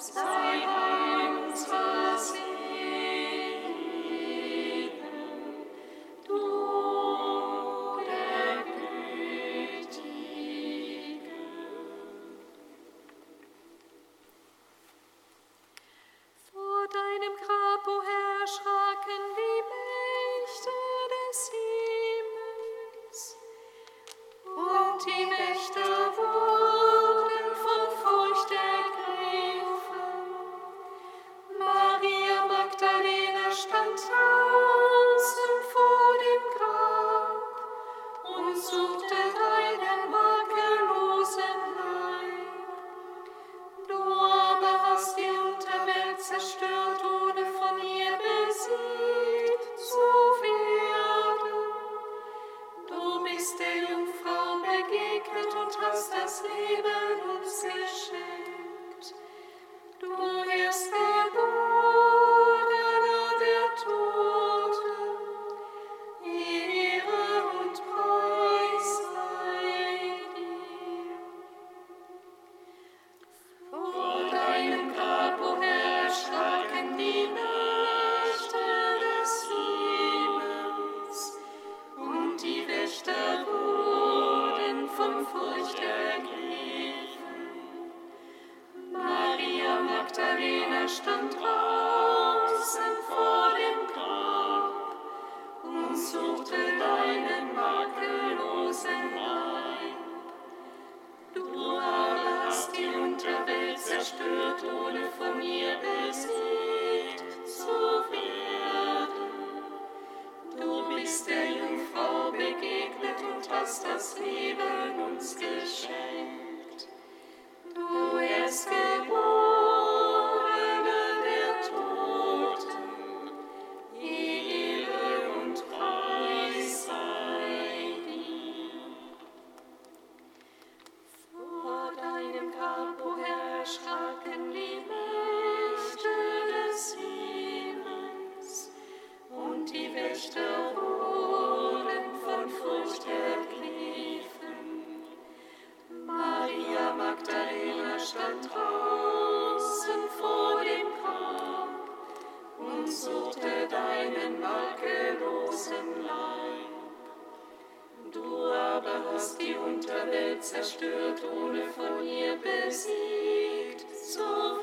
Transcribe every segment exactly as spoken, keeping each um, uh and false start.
Zerstört, ohne von ihr besiegt zu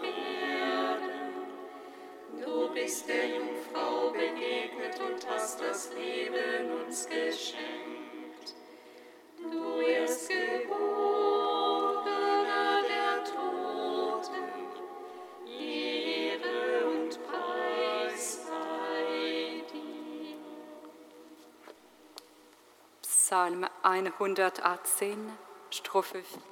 werden. Du bist der Jungfrau begegnet und hast das Leben uns geschenkt. Du Erstgeborener der Toten, Ehre und Preis sei dir. Psalm hundertachtzehn, Strophe vier.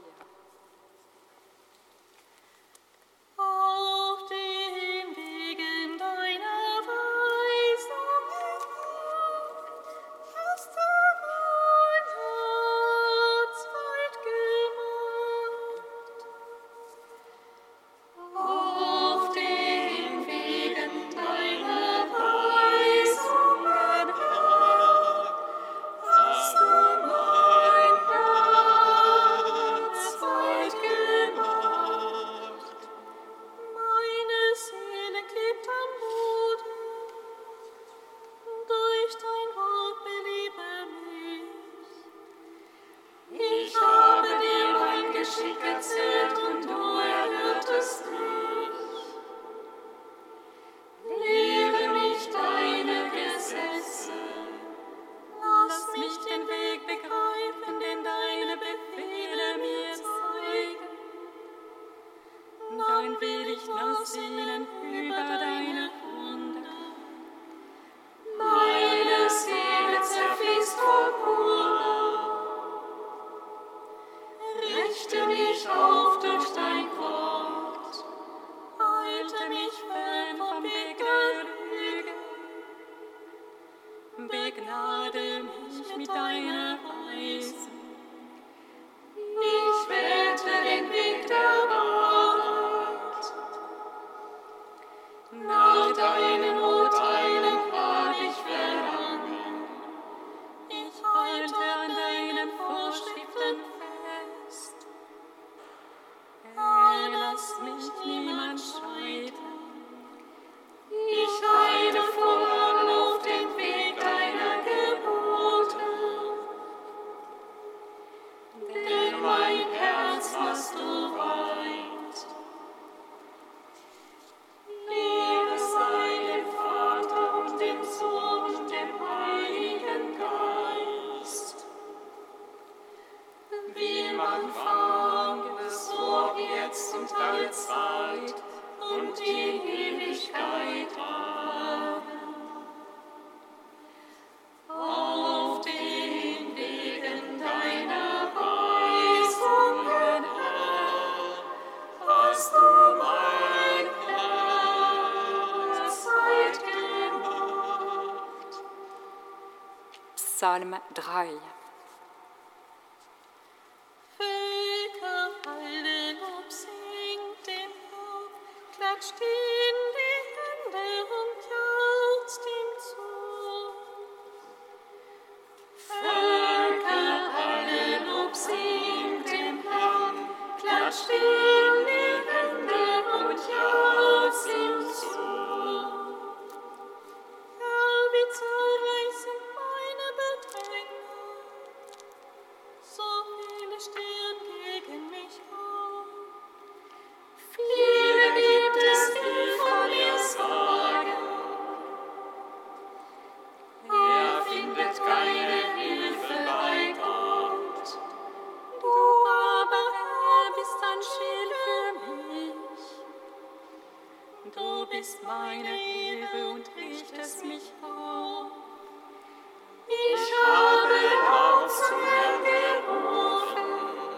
Begnade mich mit deiner Weise. Ich wählte den Weg der Wahrheit. Nach deinen Urteilen hab ich verlangen. Ich halte an deinen Vorschriften fest. Erlass mich niemand schauen. Ewigkeit. Amen. Auf den Wegen deiner Weisungen, Herr, hast du mein Herz weit gemacht. Psalm drei. Völker alle Lob singt dem Lob, klatscht in die Hände und jauchzt ihm zu. Völker alle Lob singt dem Herrn, klatscht in die Hände und jauchzt ihm zu. Herr, wie zahlreich sind meine Bedränger, so viele stehen gegen mich auf. Viele gibt es, die von mir sagen, er findet keine Hilfe bei Gott. Du aber, Herr, bist ein Schild für mich. Du bist meine Hilfe und richtest mich auf. Ich habe laut zum Herrn gerufen,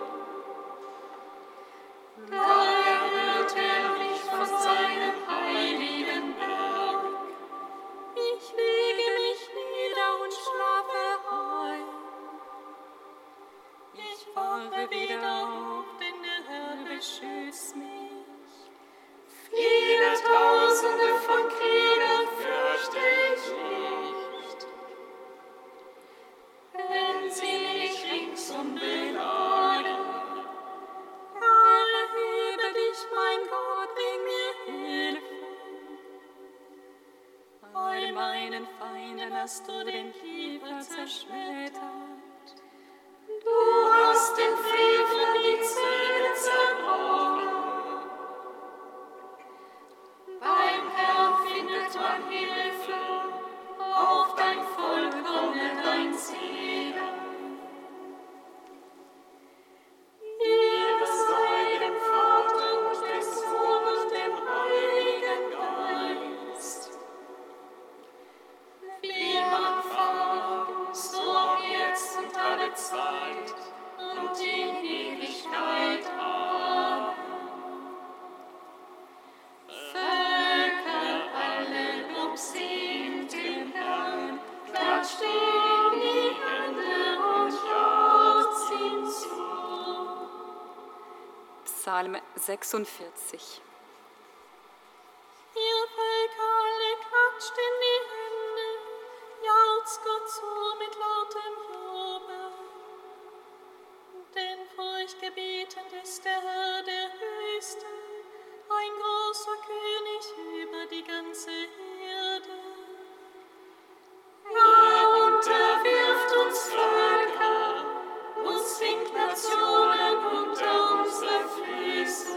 da erhört er mich von seinem heiligen Berg. Ich lege mich nieder und schlafe ein. Ich wache wieder auf, denn der Herr beschützt mich. Viele Tausende von Kriegern fürchte ich nicht, wenn sie mich ringsum belagern. Herr, erhebe dich, mein Gott, bring mir Hilfe. Bei meinen Feinden hast du den Kiefer zerschmettert. Du hast den Frevlern die Zähne zerbrochen. Beim Herrn findet man Hilfe, auf dein Volk komme dein Segen. Ehre sei dem Vater und dem Sohn und dem Heiligen Geist, wie am Anfang, so auch jetzt und alle Zeit und in Ewigkeit. Amen. Völker alle Lob singt dem Herrn, klatscht in die Hände und jauchzt ihm zu. Psalm sechsundvierzig. Ihr Völker alle klatscht in die Hände, jauchzt Gott zu mit lautem Jubel. Denn furchtgebietend ist der Herr, der Höchste, ein großer König über die ganze Erde. Er unterwirft uns Völker und zwingt Nationen unter unsere Füße.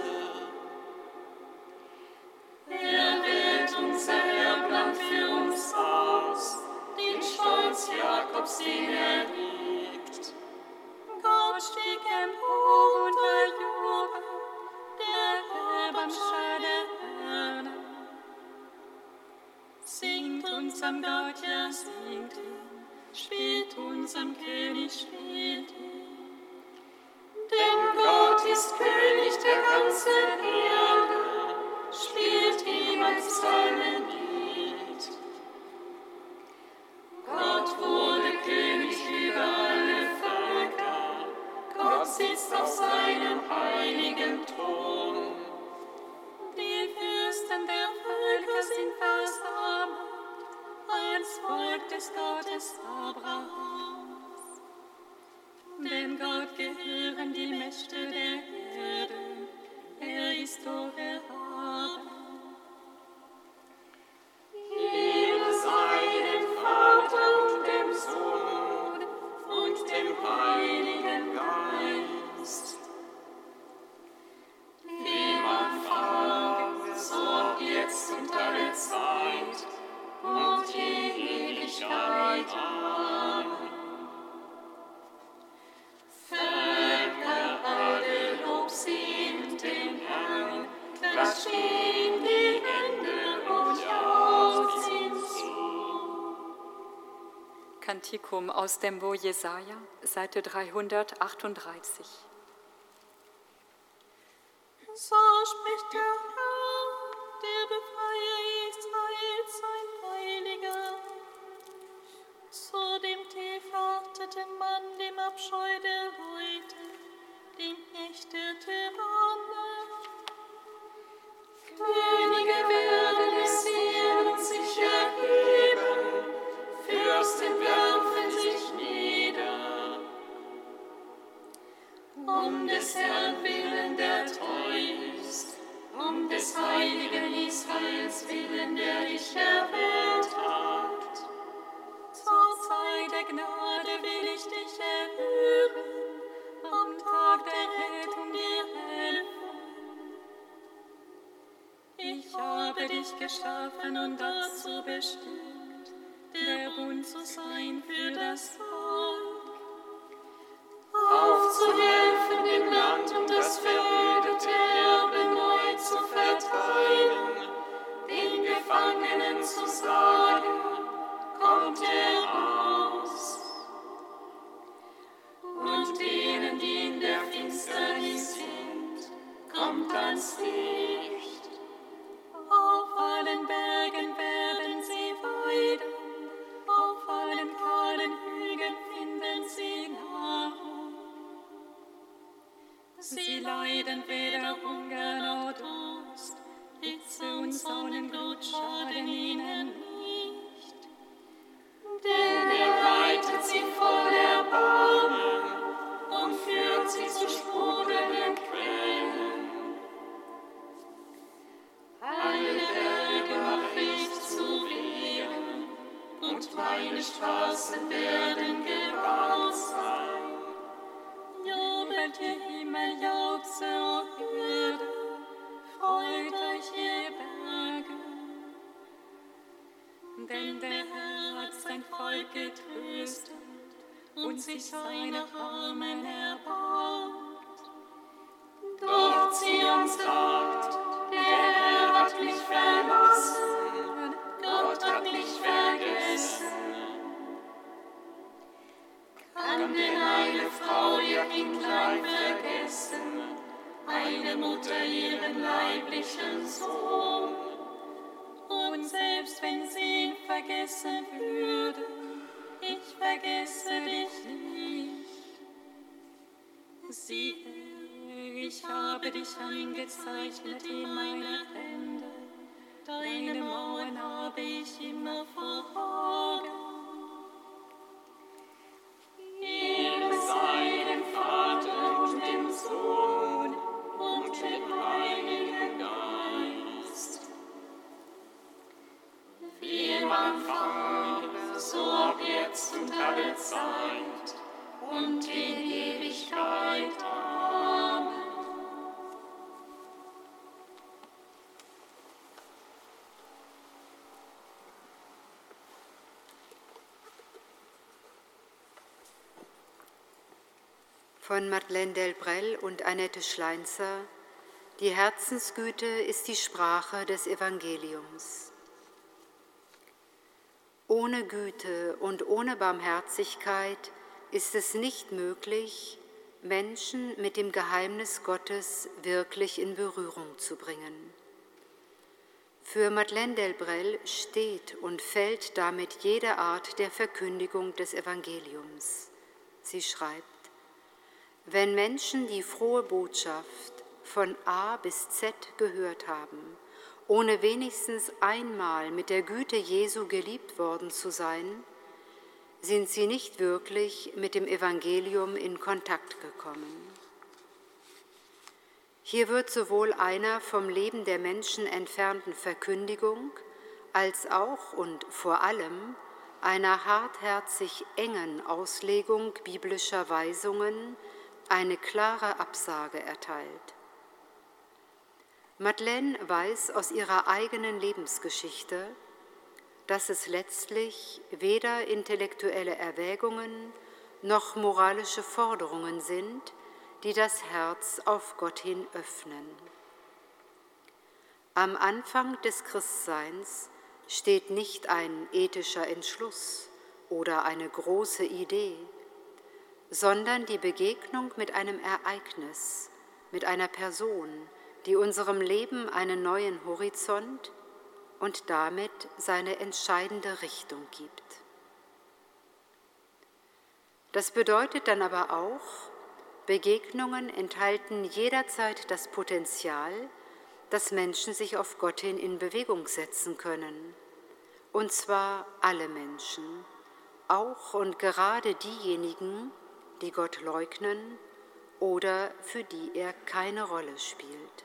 Er wählt unser Erbland für uns aus, den Stolz Jakobs, den er liebt. Gott stieg empor und er Jubel, der Herr beim Schall der Hörner. Singt unserem Gott, ja singt ihm, spielt unserem König, spielt ihm. Denn Gott ist König der ganzen Erde, spielt ihm ein Psalmenlied. Gott wurde König über alle Völker, Gott sitzt auf seinem heiligen Thron. Die Fürsten der Völker sind versammelt, als Volk des Gottes Abrahams. Denn Gott gehören die Mächte der Erde, er ist hoch erhaben. Ehre sei dem Vater und dem Sohn und dem Heiligen Geist. Wie am Anfang, so auch jetzt und alle Zeit und in Ewigkeit. Amen. Völker alle Kantikum aus dem Buch Jesaja, Seite dreihundertachtunddreißig. So spricht der Herr, der Befreier Israels, sein Heiliger. Zu dem tiefverhärteten Mann, dem Abscheu der Leute, dem Knecht der Tyranne. Könige werden es sehen und sich erheben, Fürsten werfen sich nieder. Um des Herrn willen, der treu ist, um des heiligen Israels willen, der dich erwählt hat. Zur Zeit der Gnade will ich dich erhören, am Tag der Rettung dir helfen. Ich habe dich geschaffen und dazu bestimmt, der Bund zu sein für das Volk. Aufzuhelfen dem Land und das verödete Erbe neu zu verteilen, den Gefangenen zu sagen, kommt er aus. Und denen, die in der Finsternis sind, kommt ans Licht. Auf allen Bergen werden sie weiden, auf allen kahlen Hügeln finden sie Nahrung. Sie leiden weder Hunger noch Durst, Hitze und Sonnenglut schaden ihnen nicht. Denn er leitet sie voll Erbarmen und führt sie zu sprudelnden Quellen. Alle Berge mache ich zu Wehren, und meine Straßen werden gebaut sein. Jubelt ihr Himmel, jauchze, o Erde, freut euch, ihr Berge. Denn der Herr hat sein Volk getröstet und sich seiner Armen erbarmt. Doch Zion sagt, der Herr hat mich verlassen, Gott hat mich vergessen. Kann denn eine Frau ihr Kindlein vergessen, eine Mutter ihren leiblichen Sohn? Und selbst wenn sie ihn vergessen würde, ich vergesse dich nicht. Siehe, ich habe dich eingezeichnet in meine Hände, deine Mauern habe ich immer vor Augen. Ehre sei dem Vater und dem Sohn und dem Heiligen Geist. Wie im Anfang, so ab jetzt und alle Zeit und in Ewigkeit. Amen. Von Madeleine Delbrel und Annette Schleinzer. Die Herzensgüte ist die Sprache des Evangeliums. Ohne Güte und ohne Barmherzigkeit ist es nicht möglich, Menschen mit dem Geheimnis Gottes wirklich in Berührung zu bringen. Für Madeleine Delbrel steht und fällt damit jede Art der Verkündigung des Evangeliums. Sie schreibt: Wenn Menschen die frohe Botschaft von A bis Z gehört haben, ohne wenigstens einmal mit der Güte Jesu geliebt worden zu sein, sind sie nicht wirklich mit dem Evangelium in Kontakt gekommen. Hier wird sowohl einer vom Leben der Menschen entfernten Verkündigung als auch und vor allem einer hartherzig engen Auslegung biblischer Weisungen eine klare Absage erteilt. Madeleine weiß aus ihrer eigenen Lebensgeschichte, dass es letztlich weder intellektuelle Erwägungen noch moralische Forderungen sind, die das Herz auf Gott hin öffnen. Am Anfang des Christseins steht nicht ein ethischer Entschluss oder eine große Idee, sondern die Begegnung mit einem Ereignis, mit einer Person, die unserem Leben einen neuen Horizont und damit seine entscheidende Richtung gibt. Das bedeutet dann aber auch, Begegnungen enthalten jederzeit das Potenzial, dass Menschen sich auf Gott hin in Bewegung setzen können, und zwar alle Menschen, auch und gerade diejenigen, die Gott leugnen oder für die er keine Rolle spielt.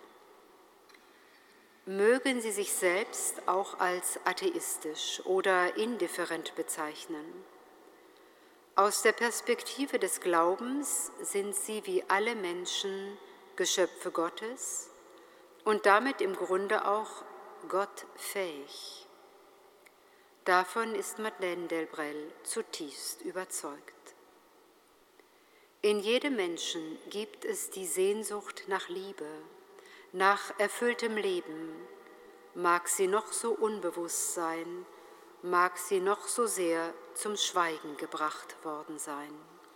Mögen sie sich selbst auch als atheistisch oder indifferent bezeichnen. Aus der Perspektive des Glaubens sind sie wie alle Menschen Geschöpfe Gottes und damit im Grunde auch gottfähig. Davon ist Madeleine Delbrel zutiefst überzeugt. In jedem Menschen gibt es die Sehnsucht nach Liebe, nach erfülltem Leben, mag sie noch so unbewusst sein, mag sie noch so sehr zum Schweigen gebracht worden sein.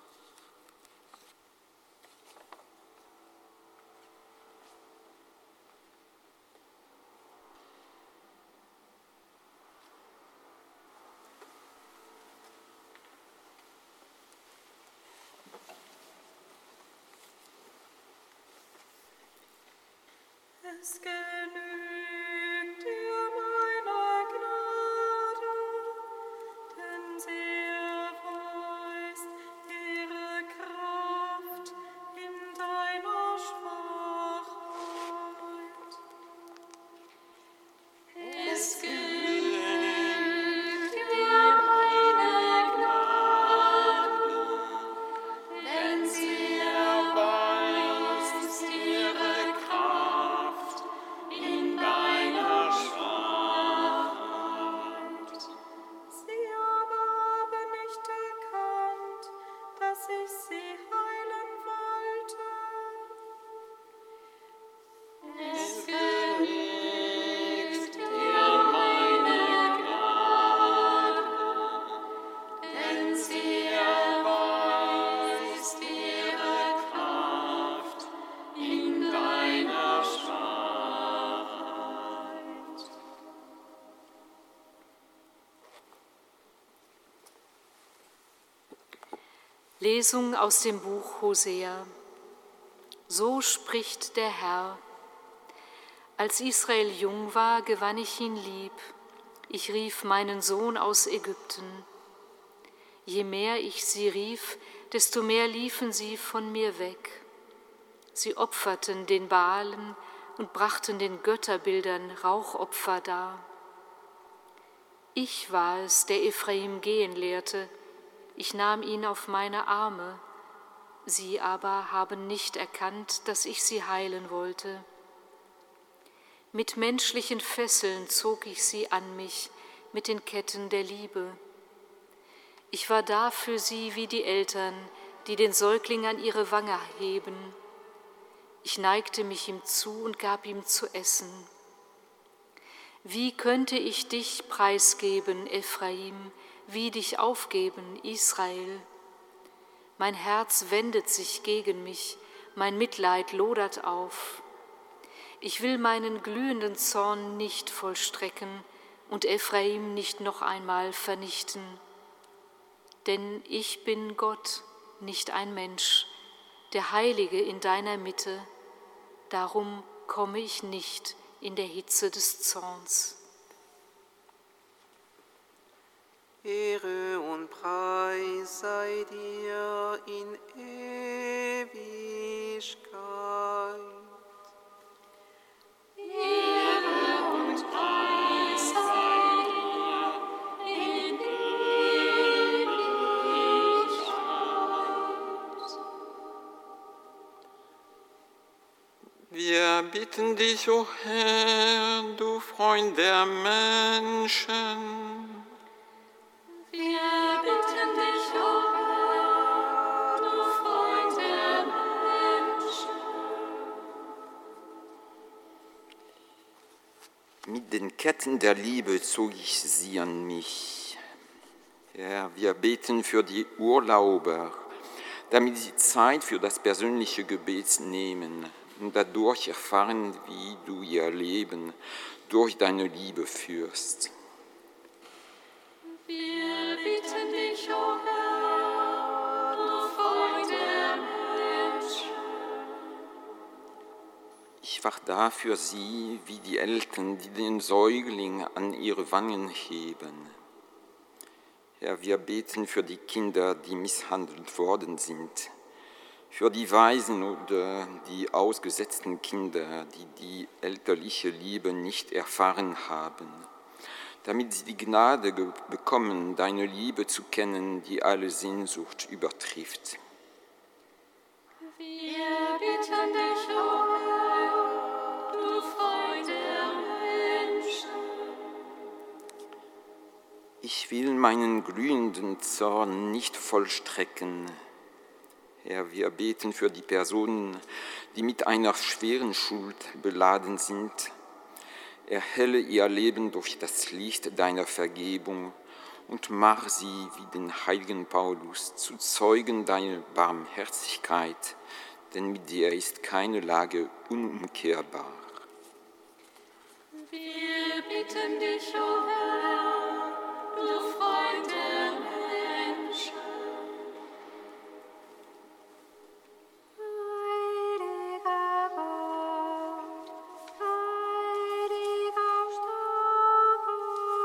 Es genügt dir meiner Gnade, denn sie erweist ihre Kraft in deiner Schwachheit. Es genügt dir meine Gnade, denn sie erweist ihre Kraft in deiner Schwachheit. Sie aber haben nicht erkannt, dass ich sie heilen wollte. Es genügt dir meine Gnade, denn sie erweist ihre Kraft in deiner Schwachheit. Lesung aus dem Buch Hosea. So spricht der Herr: Als Israel jung war, gewann ich ihn lieb. Ich rief meinen Sohn aus Ägypten. Je mehr ich sie rief, desto mehr liefen sie von mir weg. Sie opferten den Baalen und brachten den Götterbildern Rauchopfer dar. Ich war es, der Ephraim gehen lehrte. Ich nahm ihn auf meine Arme. Sie aber haben nicht erkannt, dass ich sie heilen wollte. Mit menschlichen Fesseln zog ich sie an mich, mit den Ketten der Liebe. Ich war da für sie wie die Eltern, die den Säugling an ihre Wange heben. Ich neigte mich ihm zu und gab ihm zu essen. Wie könnte ich dich preisgeben, Ephraim, wie dich aufgeben, Israel? Mein Herz wendet sich gegen mich, mein Mitleid lodert auf. Ich will meinen glühenden Zorn nicht vollstrecken und Ephraim nicht noch einmal vernichten. Denn ich bin Gott, nicht ein Mensch, der Heilige in deiner Mitte. Darum komme ich nicht in der Hitze des Zorns. Ehre und Preis sei dir in Ewigkeit. Ehre und Preis sei dir in Ewigkeit. Wir bitten dich, o Herr, du Freund der Menschen. Wir bitten dich, o Herr, du Freund der Menschen. Mit den Ketten der Liebe zog ich sie an mich. Herr, wir beten für die Urlauber, damit sie Zeit für das persönliche Gebet nehmen und dadurch erfahren, wie du ihr Leben durch deine Liebe führst. Wir bitten dich, o Herr, du Freund der Menschen. Ich wach da für sie, wie die Eltern, die den Säugling an ihre Wangen heben. Herr, wir beten für die Kinder, die misshandelt worden sind, für die Waisen oder die ausgesetzten Kinder, die die elterliche Liebe nicht erfahren haben, damit sie die Gnade bekommen, deine Liebe zu kennen, die alle Sehnsucht übertrifft. Wir bitten dich, o Herr, du Freund der Menschen. Ich will meinen glühenden Zorn nicht vollstrecken. Herr, wir beten für die Personen, die mit einer schweren Schuld beladen sind. Erhelle ihr Leben durch das Licht deiner Vergebung und mach sie, wie den heiligen Paulus, zu Zeugen deiner Barmherzigkeit, denn mit dir ist keine Lage unumkehrbar. Wir bitten dich, o Herr, du Freund der Menschen. Heiliger Gott, heiliger starker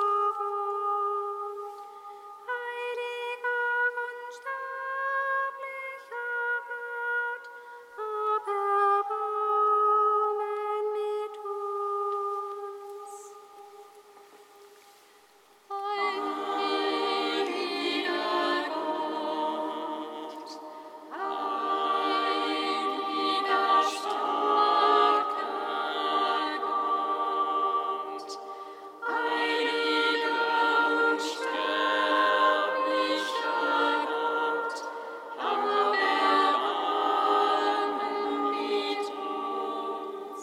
Gott, heiliger unsterblicher Gott, hab Erbarmen mit uns. Heiliger Gott, heiliger starker Gott, heiliger unsterblicher Gott, hab Erbarmen mit uns.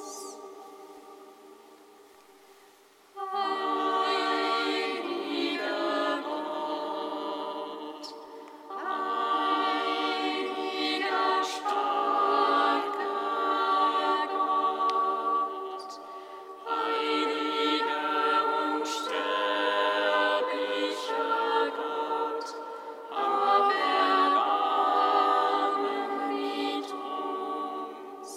Heiliger Gott, heiliger starker Gott, heiliger unsterblicher Gott, hab Erbarmen mit uns.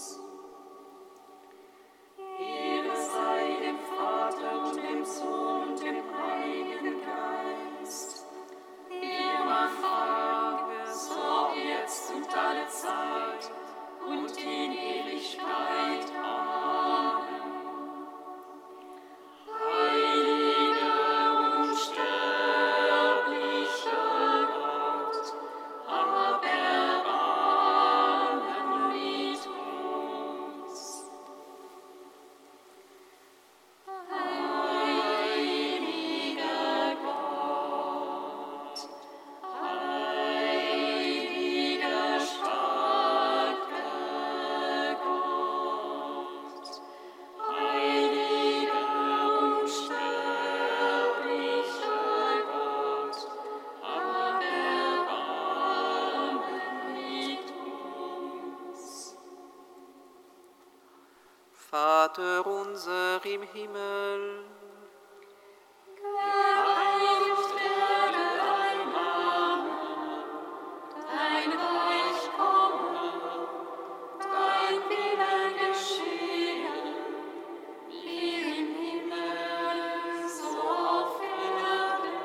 Ehre sei dem Vater und dem Sohn und dem Heiligen Geist, wie am Anfang, so jetzt und alle Zeit und in Ewigkeit. Amen. Heiliger unsterblicher Gott, hab Erbarmen mit uns. Heiliger Gott, heiliger starker Gott, heiliger unsterblicher Gott, hab Erbarmen mit uns. Vater unser im Himmel, Geheiligt werde dein Name, dein Reich komme, dein Wille geschehe, wie im Himmel, so auf Erden.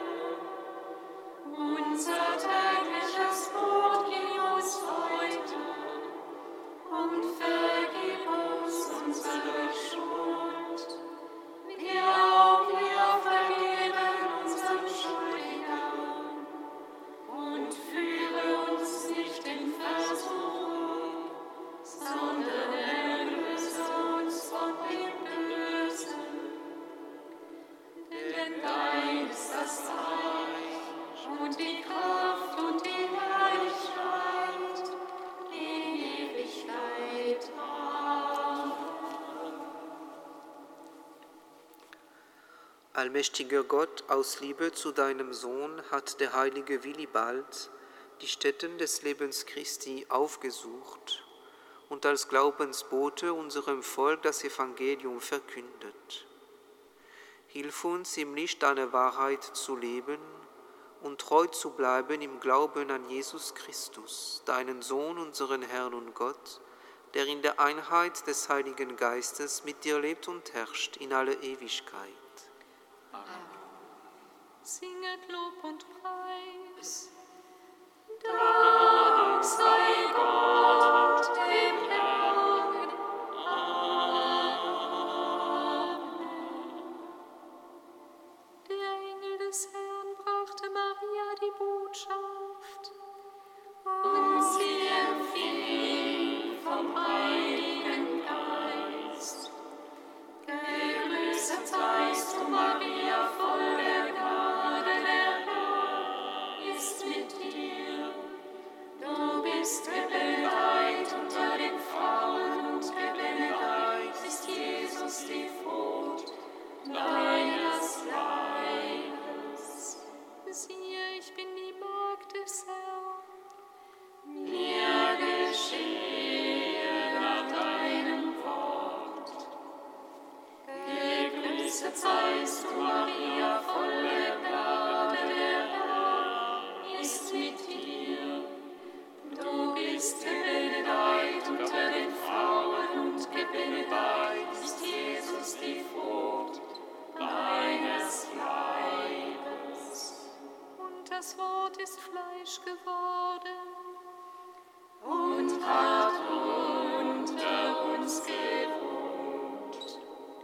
Unser tägliches Brot gib uns heute und vergib uns unsere Schuld, wie auch wir vergeben unseren Schuldigern. Und führe uns nicht in Versuchung, sondern erlöse uns von dem Bösen. Denn dein ist das Reich und die Kraft und die Herrlichkeit in Ewigkeit. Amen. Allmächtiger Gott, aus Liebe zu deinem Sohn hat der heilige Willibald die Stätten des Lebens Christi aufgesucht und als Glaubensbote unserem Volk das Evangelium verkündet. Hilf uns, im Licht deiner Wahrheit zu leben und treu zu bleiben im Glauben an Jesus Christus, deinen Sohn, unseren Herrn und Gott, der in der Einheit des Heiligen Geistes mit dir lebt und herrscht in alle Ewigkeit. Amen. Singet Lob und Preis. Dank sei Gott, dem Herrn. Amen. Der Engel des Herrn brachte Maria die Botschaft, und sie empfing vom Heiligen Geist. Gegrüßet seist du, Maria, voll der Gnade, der Herr ist mit dir. Du bist gebenedeit unter den Frauen und gebenedeit ist Jesus, die Frucht deines Leibes. Siehe, ich bin die Magd des Herrn. Mir geschehe nach deinem Wort. Gegrüßet seist du, Maria, voll der Gnade, der Herr ist mit dir. Du bist gebenedeit unter den Frauen und gebenedeit ist Jesus, die Frucht deines Leibes. Und das Wort ist Fleisch geworden und hat unter uns gewohnt.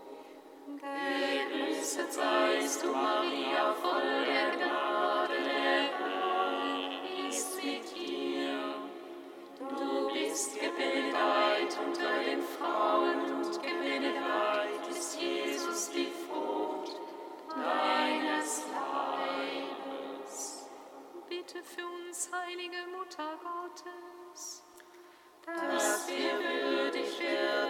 Gegrüßet seist du, Maria, voll der Gnade, der Herr ist mit dir. Du bist gebenedeit unter den Frauen und gebenedeit ist Jesus, die Frucht deines Leibes. Bitte für uns, heilige Mutter Gottes, dass wir würdig werden